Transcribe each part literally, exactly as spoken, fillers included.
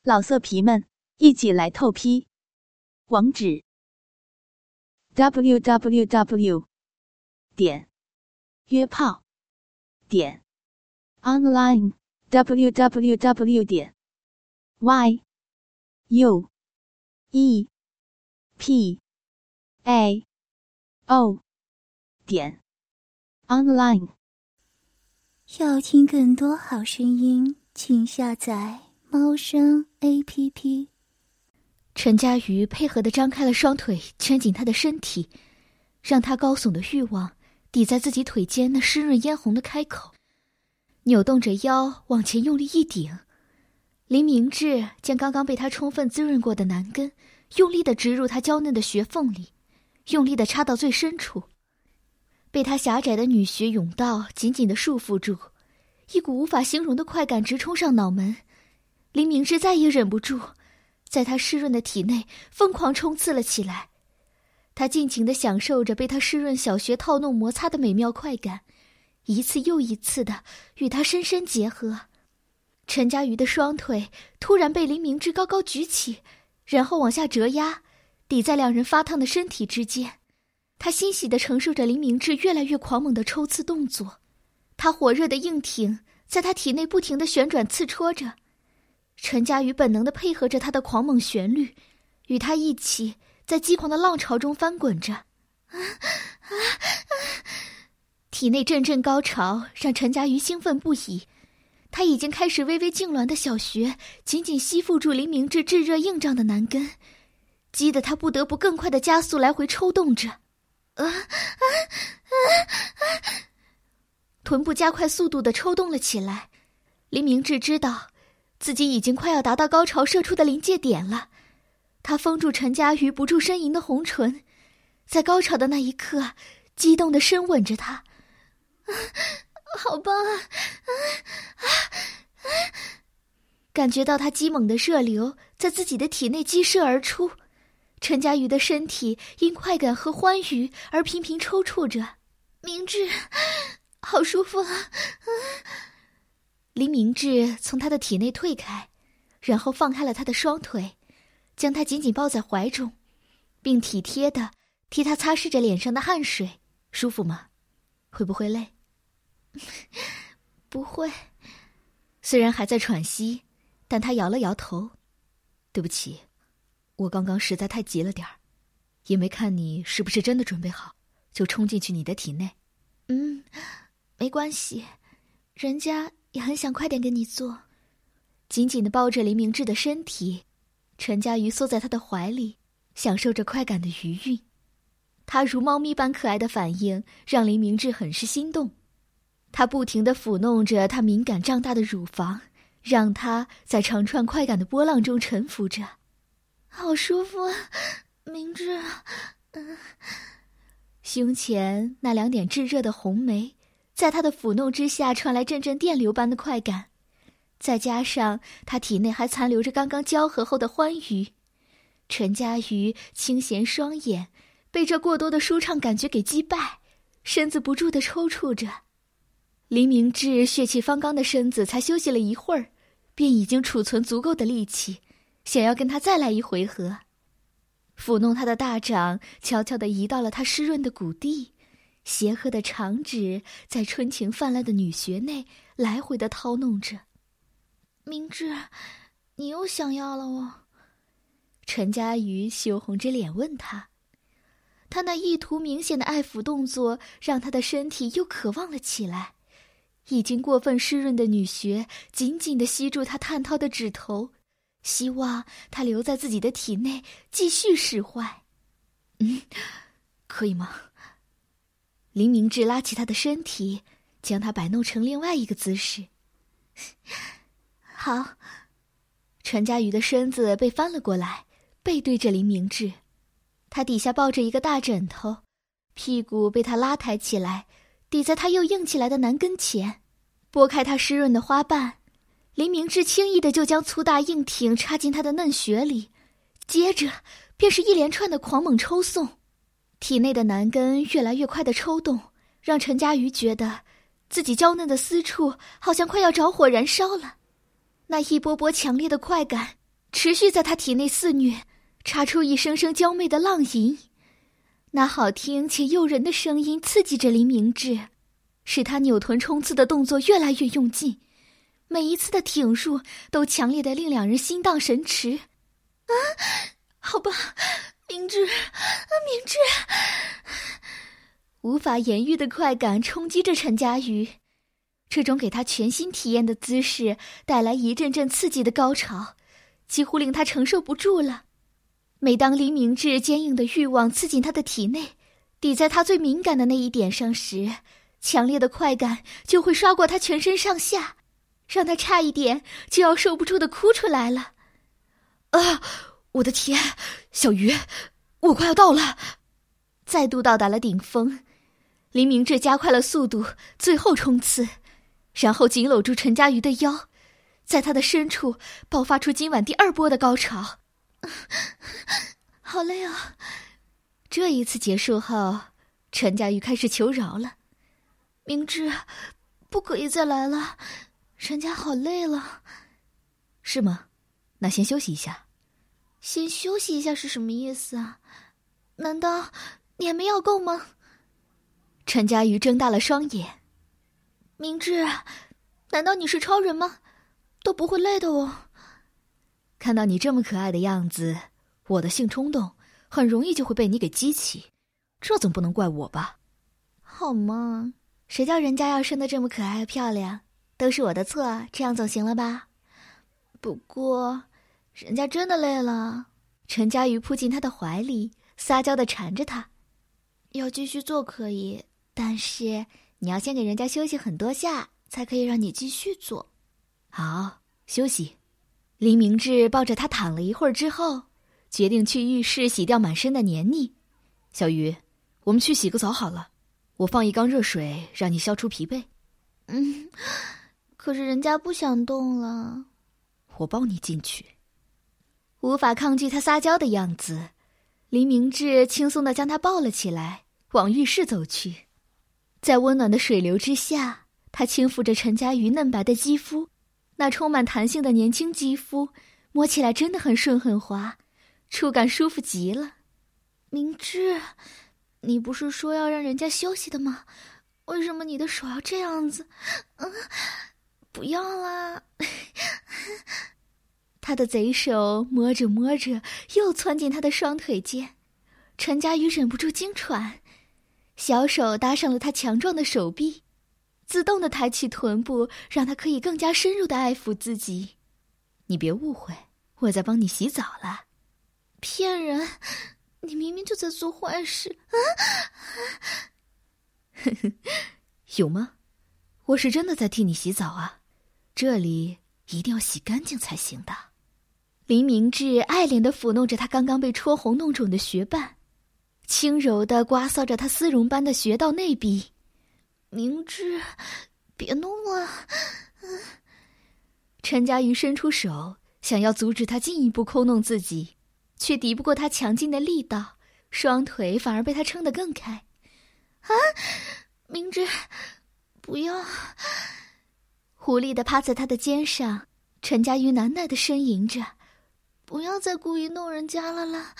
老色皮们，一起来透批！网址 ：double u double u double u 点约炮点 online double u double u double u 点 y u e p a o 点 online。 要听更多好声音，请下载猫声 A P P。 陈佳瑜配合地张开了双腿，圈紧他的身体，让他高耸的欲望抵在自己腿间那湿润嫣红的开口，扭动着腰往前用力一顶。林明志将刚刚被他充分滋润过的男根用力地植入他娇嫩的穴缝里，用力地插到最深处。被他狭窄的女穴甬道紧紧地束缚住，一股无法形容的快感直冲上脑门。林明志再也忍不住，在他湿润的体内疯狂冲刺了起来。他尽情地享受着被他湿润小穴套弄摩擦的美妙快感，一次又一次地与他深深结合。陈佳瑜的双腿突然被林明志高高举起，然后往下折压，抵在两人发烫的身体之间。他欣喜地承受着林明志越来越狂猛的抽刺动作，他火热的硬挺在他体内不停地旋转刺戳着。陈佳瑜本能地配合着他的狂猛旋律，与他一起在激狂的浪潮中翻滚着。啊啊啊、体内阵阵高潮让陈佳瑜兴奋不已，他已经开始微微痉挛的小穴紧紧吸附住林明志炙热硬胀的男根，激得他不得不更快地加速来回抽动着。啊啊啊啊！臀部加快速度地抽动了起来。林明志知道自己已经快要达到高潮射出的临界点了，他封住陈佳瑜不住呻吟的红唇，在高潮的那一刻激动地深吻着她。啊，好棒啊！啊啊啊！感觉到他激猛的热流在自己的体内激射而出，陈佳瑜的身体因快感和欢愉而频频抽搐着。明志，好舒服啊！啊，林明志从他的体内退开，然后放开了他的双腿，将他紧紧抱在怀中，并体贴地替他擦拭着脸上的汗水。舒服吗？会不会累？不会。虽然还在喘息，但他摇了摇头。对不起，我刚刚实在太急了点儿，也没看你是不是真的准备好，就冲进去你的体内。嗯，没关系，人家也很想快点跟你做。紧紧地抱着林明志的身体，陈佳瑜缩在他的怀里，享受着快感的余韵。他如猫咪般可爱的反应让林明志很是心动，他不停地抚弄着他敏感胀大的乳房，让他在长串快感的波浪中沉浮着。好舒服啊，明志啊！嗯，胸前那两点炙热的红梅在他的抚弄之下传来阵阵电流般的快感，再加上他体内还残留着刚刚交合后的欢愉，陈佳瑜清闲双眼被这过多的舒畅感觉给击败，身子不住地抽搐着。林明志血气方刚的身子才休息了一会儿，便已经储存足够的力气，想要跟他再来一回合。抚弄他的大掌悄悄地移到了他湿润的谷地，邪恶的长指在春情泛滥的女穴内来回地掏弄着。明志，你又想要了哦？陈佳瑜羞红着脸问他。他那意图明显的爱抚动作让他的身体又渴望了起来，已经过分湿润的女穴紧紧地吸住他探掏的指头，希望他留在自己的体内继续使坏。嗯，可以吗？林明志拉起他的身体，将他摆弄成另外一个姿势。好。陈佳瑜的身子被翻了过来，背对着林明志，他底下抱着一个大枕头，屁股被他拉抬起来，抵在他又硬起来的男根前，拨开他湿润的花瓣。林明志轻易地就将粗大硬挺插进他的嫩穴里，接着便是一连串的狂猛抽送。体内的男根越来越快的抽动，让陈佳瑜觉得自己娇嫩的私处好像快要着火燃烧了。那一波波强烈的快感持续在他体内肆虐，插出一声声娇媚的浪吟。那好听且诱人的声音刺激着林明志，使他扭臀冲刺的动作越来越用劲，每一次的挺入都强烈的令两人心荡神驰。啊，好吧，明志，明志！无法言喻的快感冲击着陈佳瑜，这种给他全新体验的姿势带来一阵阵刺激的高潮，几乎令他承受不住了。每当林明志坚硬的欲望刺进他的体内，抵在他最敏感的那一点上时，强烈的快感就会刷过他全身上下，让他差一点就要受不住的哭出来了。啊，我的天，小鱼，我快要到了！再度到达了顶峰，林明志加快了速度，最后冲刺，然后紧搂住陈佳瑜的腰，在他的深处爆发出今晚第二波的高潮。好累啊！这一次结束后，陈佳瑜开始求饶了。明志，不可以再来了，人家好累了。是吗？那先休息一下。先休息一下是什么意思啊？难道你还没要够吗？陈佳瑜睁大了双眼。明志，难道你是超人吗？都不会累的哦。看到你这么可爱的样子，我的性冲动很容易就会被你给激起，这总不能怪我吧？好嘛，谁叫人家要生得这么可爱漂亮，都是我的错，这样总行了吧？不过人家真的累了。陈佳瑜扑进他的怀里，撒娇地缠着他。要继续做可以，但是你要先给人家休息很多下，才可以让你继续做。好，休息。林明志抱着他躺了一会儿之后，决定去浴室洗掉满身的黏腻。小鱼，我们去洗个澡好了，我放一缸热水让你消除疲惫。嗯，可是人家不想动了。我抱你进去。无法抗拒他撒娇的样子，林明志轻松地将他抱了起来，往浴室走去。在温暖的水流之下，他轻抚着陈佳瑜嫩白的肌肤，那充满弹性的年轻肌肤摸起来真的很顺很滑，触感舒服极了。明志，你不是说要让人家休息的吗？为什么你的手要这样子？嗯，不要啦。他的贼手摸着摸着又窜进他的双腿间，陈佳瑜忍不住惊喘，小手搭上了他强壮的手臂，自动地抬起臀部，让他可以更加深入地爱抚自己。你别误会，我在帮你洗澡了。骗人，你明明就在做坏事。啊，呵呵，有吗？我是真的在替你洗澡啊，这里一定要洗干净才行的。林明志爱怜地抚弄着他刚刚被戳红弄肿的穴瓣，轻柔地刮搔着他丝绒般的穴道内壁。明志，别弄了。嗯、陈佳瑜伸出手想要阻止他进一步抠弄自己，却敌不过他强劲的力道，双腿反而被他撑得更开。啊，明志，不要！无力地趴在他的肩上，陈佳瑜难耐地呻吟着：“不要再故意弄人家了啦！”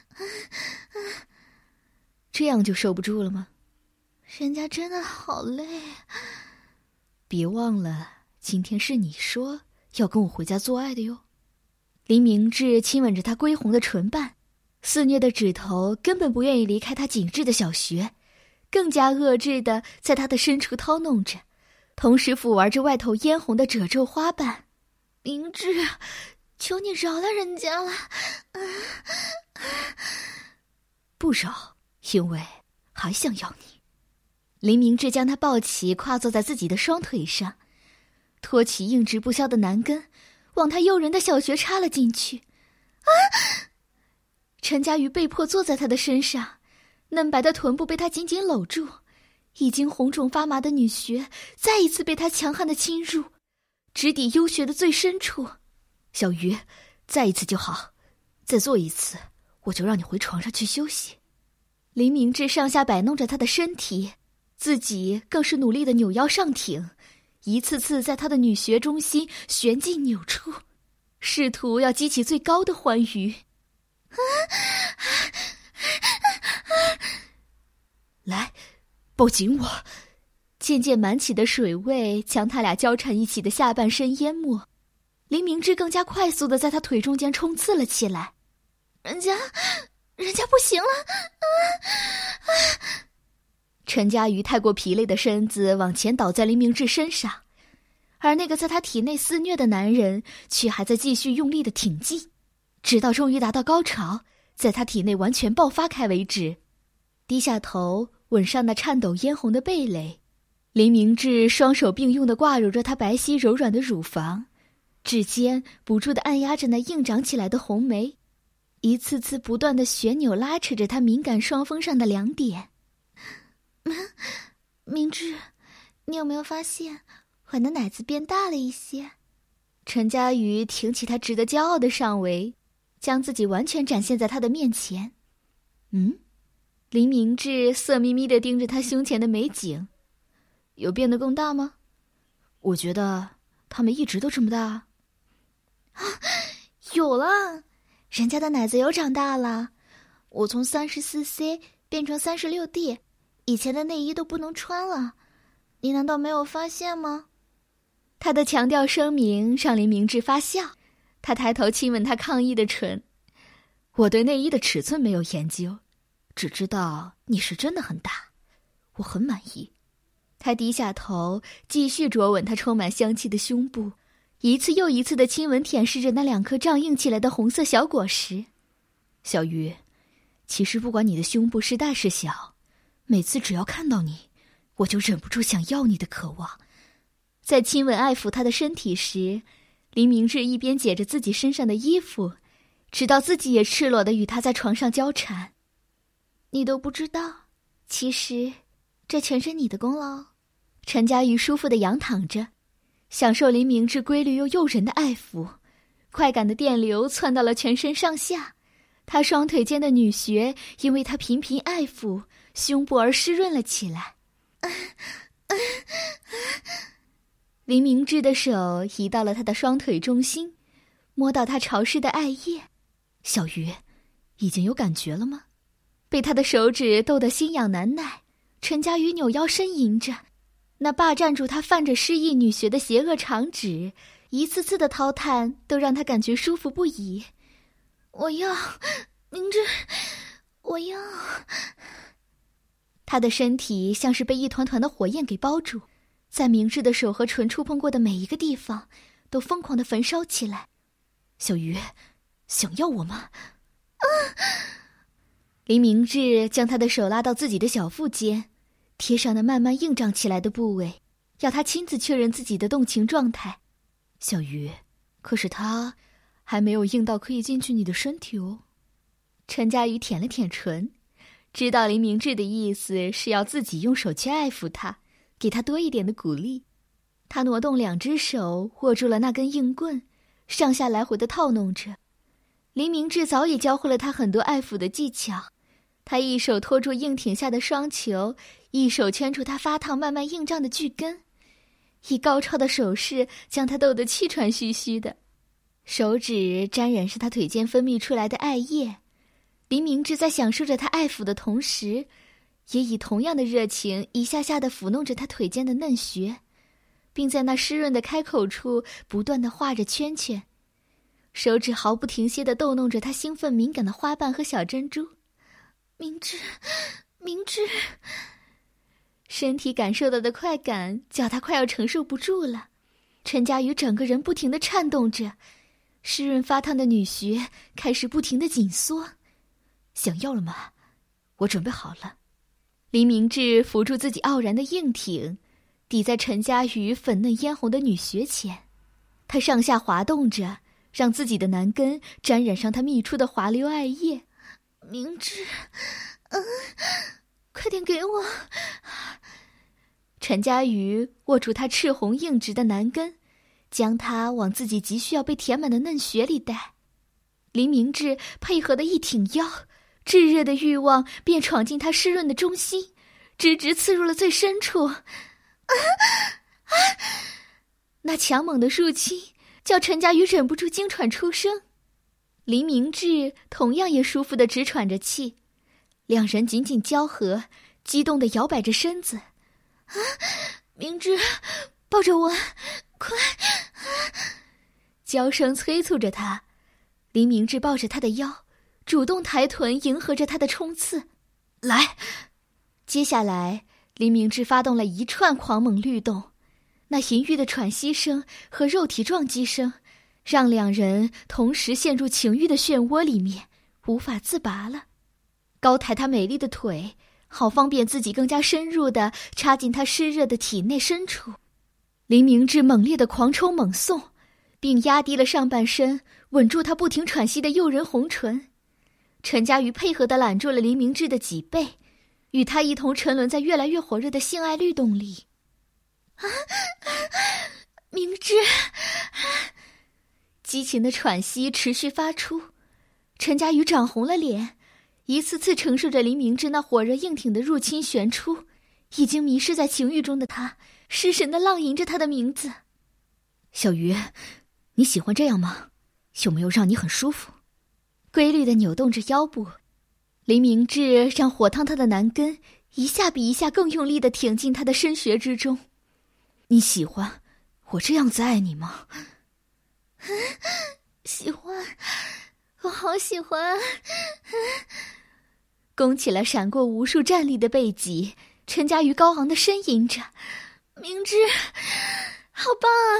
这样就受不住了吗？人家真的好累。别忘了，今天是你说要跟我回家做爱的哟。林明志亲吻着她归红的唇瓣，肆虐的指头根本不愿意离开她紧致的小穴，更加遏制地在她的深处掏弄着，同时抚玩着外头嫣红的褶皱花瓣。明志，求你饶了人家了。不饶，因为还想要你。林明志将她抱起，跨坐在自己的双腿上，托起硬直不消的男根，往他诱人的小穴插了进去。啊！陈佳瑜被迫坐在他的身上，嫩白的臀部被他紧紧搂住，已经红肿发麻的女穴再一次被他强悍的侵入，直抵幽穴的最深处。小鱼，再一次就好，再做一次我就让你回床上去休息。林明志上下摆弄着他的身体，自己更是努力地扭腰上挺，一次次在他的女穴中心旋进扭出， 试图要激起最高的欢愉。来，抱紧我！渐渐满起的水位将他俩交缠一起的下半身淹没。林明志更加快速地在他腿中间冲刺了起来。 人家，人家不行了！啊啊！ 陈佳瑜太过疲累的身子往前倒在林明志身上，而那个在他体内肆虐的男人却还在继续用力地挺进，直到终于达到高潮，在他体内完全爆发开为止。低下头吻上那颤抖嫣红的蓓蕾，林明志双手并用地挂揉着她白皙柔软的乳房，指尖不住地按压着那硬长起来的红梅，一次次不断地旋扭拉扯着她敏感双峰上的两点。 明志，你有没有发现我的奶子变大了一些？ 陈佳瑜挺起她值得骄傲的上围，将自己完全展现在他的面前。嗯？林明志色眯眯地盯着他胸前的美景，有变得更大吗？我觉得他们一直都这么大。 啊，有了，人家的奶子有长大了。我从三十四 C 变成三十六 D， 以前的内衣都不能穿了，你难道没有发现吗？ 他的强调声明让林明志发笑，他抬头亲吻他抗议的唇。我对内衣的尺寸没有研究，只知道你是真的很大，我很满意。他低下头继续啄吻他充满香气的胸部，一次又一次的亲吻舔舐着那两颗胀硬起来的红色小果实。小鱼，其实不管你的胸部是大是小，每次只要看到你，我就忍不住想要你的渴望。在亲吻爱抚他的身体时，林明志一边解着自己身上的衣服，直到自己也赤裸地与他在床上交缠。 你都不知道，其实这全是你的功劳。 陈佳瑜舒服地仰躺着，享受林明志规律又诱人的爱抚，快感的电流窜到了全身上下，他双腿间的女穴因为他频频爱抚胸部而湿润了起来。林明志的手移到了他的双腿中心，摸到他潮湿的艾叶。小鱼，已经有感觉了吗？被他的手指逗得心痒难耐，陈佳瑜扭腰呻吟着，那霸占住他泛着诗意女穴的邪恶长指，一次次的掏探都让他感觉舒服不已。 我要，明志，我要。 他的身体像是被一团团的火焰给包住，在明志的手和唇触碰过的每一个地方都疯狂地焚烧起来。小鱼，想要我吗？ 啊！ 林明志将他的手拉到自己的小腹间，贴上那慢慢硬胀起来的部位，要他亲自确认自己的动情状态。小鱼，可是他还没有硬到可以进去你的身体哦。陈佳瑜舔了舔唇，知道林明志的意思是要自己用手去爱抚他，给他多一点的鼓励。他挪动两只手握住了那根硬棍，上下来回的套弄着。林明志早已教会了他很多爱抚的技巧，他一手托住硬挺下的双球，一手圈住他发烫慢慢硬胀的巨根，以高超的手势将他逗得气喘吁吁的。手指沾染是他腿间分泌出来的艾叶，林明志在享受着他爱抚的同时，也以同样的热情一下下地抚弄着他腿间的嫩穴，并在那湿润的开口处不断地画着圈圈，手指毫不停歇地逗弄着他兴奋敏感的花瓣和小珍珠。 明志，明志， 身体感受到的快感叫他快要承受不住了。陈佳瑜整个人不停地颤动着，湿润发烫的女穴开始不停地紧缩。想要了吗？我准备好了。林明志扶住自己傲然的硬挺，抵在陈佳瑜粉嫩嫣红的女穴前，他上下滑动着，让自己的男根沾染上他泌出的滑溜艾叶。 明志，嗯，快点给我！ 陈佳瑜握住他赤红硬直的男根，将他往自己急需要被填满的嫩穴里带。林明志配合的一挺腰，炙热的欲望便闯进他湿润的中心，直直刺入了最深处。啊啊！那强猛的入侵叫陈佳瑜忍不住惊喘出声。林明志同样也舒服地直喘着气，两人紧紧交合，激动地摇摆着身子。啊，明志，抱着我，快！啊，娇声催促着他。林明志抱着他的腰，主动抬臀迎合着他的冲刺。来！接下来，林明志发动了一串狂猛律动，那淫欲的喘息声和肉体撞击声，让两人同时陷入情欲的漩涡里面，无法自拔了。高抬他美丽的腿，好方便自己更加深入地插进他湿热的体内深处。林明志猛烈地狂抽猛送，并压低了上半身，吻住他不停喘息的诱人红唇。陈佳瑜配合地揽住了林明志的脊背，与他一同沉沦在越来越火热的性爱律动里。啊，明志！激情的喘息持续发出，陈佳瑜涨红了脸，一次次承受着林明志那火热硬挺的入侵旋出。已经迷失在情欲中的他，失神地浪吟着他的名字。小鱼，你喜欢这样吗？有没有让你很舒服？规律地扭动着腰部，林明志让火烫他的男根一下比一下更用力地挺进他的深穴之中。你喜欢我这样子爱你吗？ 喜欢，我好喜欢。 弓起了闪过无数战栗的背脊，陈佳瑜高昂地呻吟着： 明志，好棒啊！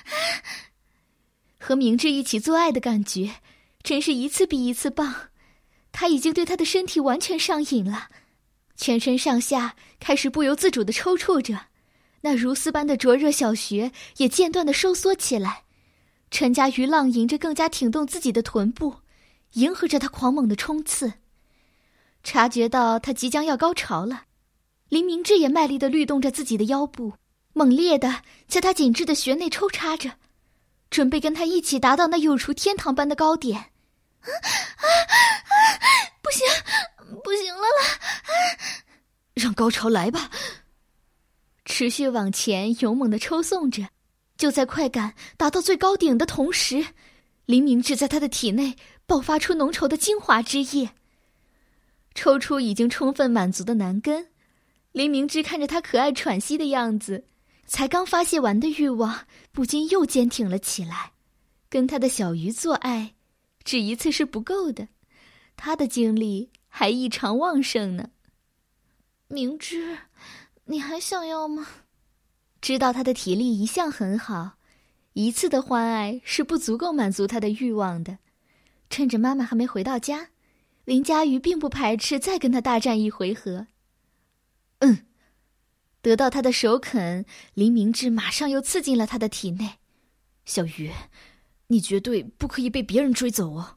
和明志一起做爱的感觉真是一次比一次棒，他已经对他的身体完全上瘾了，全身上下开始不由自主地抽搐着，那如丝般的灼热小穴也间断地收缩起来。陈佳瑜浪吟着更加挺动自己的臀部，迎合着他狂猛的冲刺。察觉到他即将要高潮了，林明志也卖力地律动着自己的腰部，猛烈地在他紧致的穴内抽插着，准备跟他一起达到那有如天堂般的高点。 啊啊啊！不行，不行了啦！啊， 让高潮来吧！持续往前勇猛地抽送着，就在快感达到最高点的同时，林明志在他的体内爆发出浓稠的精华之液。抽出已经充分满足的男根，林明志看着他可爱喘息的样子，才刚发泄完的欲望不禁又坚挺了起来。跟他的小鱼做爱，只一次是不够的，他的精力还异常旺盛呢。 明志，你还想要吗？ 知道他的体力一向很好，一次的欢爱是不足够满足他的欲望的。趁着妈妈还没回到家，林佳瑜并不排斥再跟他大战一回合。嗯，得到他的首肯，林明志马上又刺进了他的体内。小鱼，你绝对不可以被别人追走哦。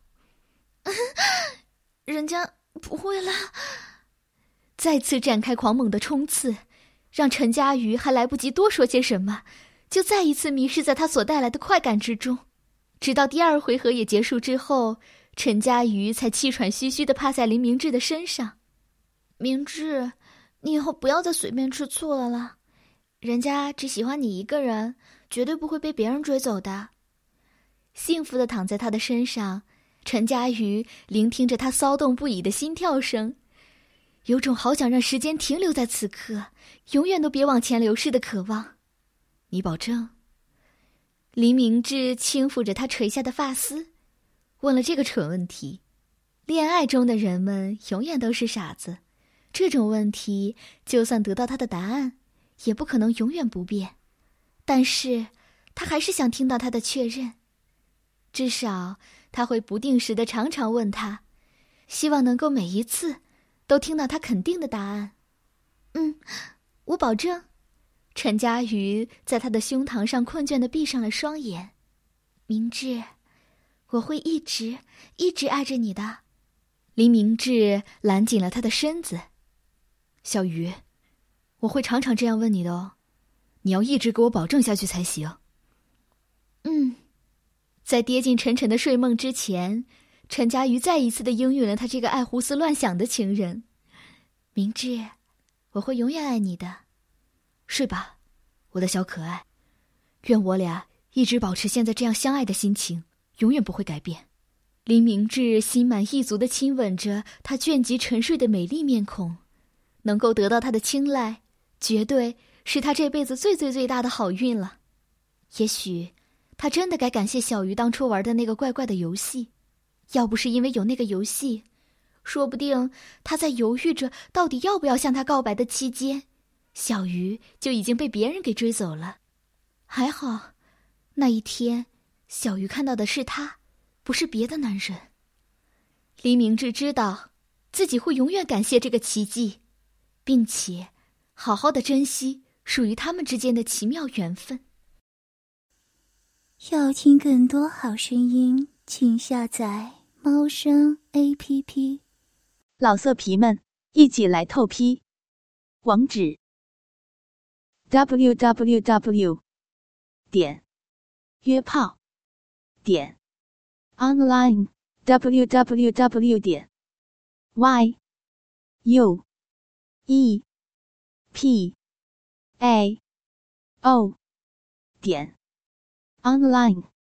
人家不会啦。 再次展开狂猛的冲刺，让陈佳瑜还来不及多说些什么，就再一次迷失在他所带来的快感之中。直到第二回合也结束之后，陈佳瑜才气喘吁吁地趴在林明志的身上。 明志，你以后不要再随便吃醋了啦，人家只喜欢你一个人，绝对不会被别人追走的。 幸福地躺在他的身上，陈佳瑜聆听着他骚动不已的心跳声，有种好想让时间停留在此刻，永远都别往前流逝的渴望。你保证？林明志轻抚着他垂下的发丝，问了这个蠢问题。恋爱中的人们永远都是傻子，这种问题就算得到他的答案，也不可能永远不变。但是他还是想听到他的确认，至少他会不定时地常常问他，希望能够每一次都听到他肯定的答案。嗯，我保证。陈佳瑜在他的胸膛上困倦地闭上了双眼。明志，我会一直一直爱着你的。林明志揽紧了他的身子。小鱼，我会常常这样问你的哦，你要一直给我保证下去才行。嗯。在跌进沉沉的睡梦之前，陈佳瑜再一次地应允了他这个爱胡思乱想的情人。明志，我会永远爱你的。睡吧，我的小可爱，愿我俩一直保持现在这样相爱的心情，永远不会改变。林明志心满意足地亲吻着她倦极沉睡的美丽面孔，能够得到她的青睐，绝对是他这辈子最最最大的好运了。也许他真的该感谢小鱼当初玩的那个怪怪的游戏，要不是因为有那个游戏，说不定他在犹豫着到底要不要向他告白的期间，小鱼就已经被别人给追走了。还好那一天小鱼看到的是他，不是别的男人。黎明志知道自己会永远感谢这个奇迹，并且好好的珍惜属于他们之间的奇妙缘分。 要听更多好声音，请下载猫声 A P P。 老色皮们，一起来透批！网址 double-u double-u double-u 点约炮点 online double-u double-u double-u 点 y u e p a o 点 online。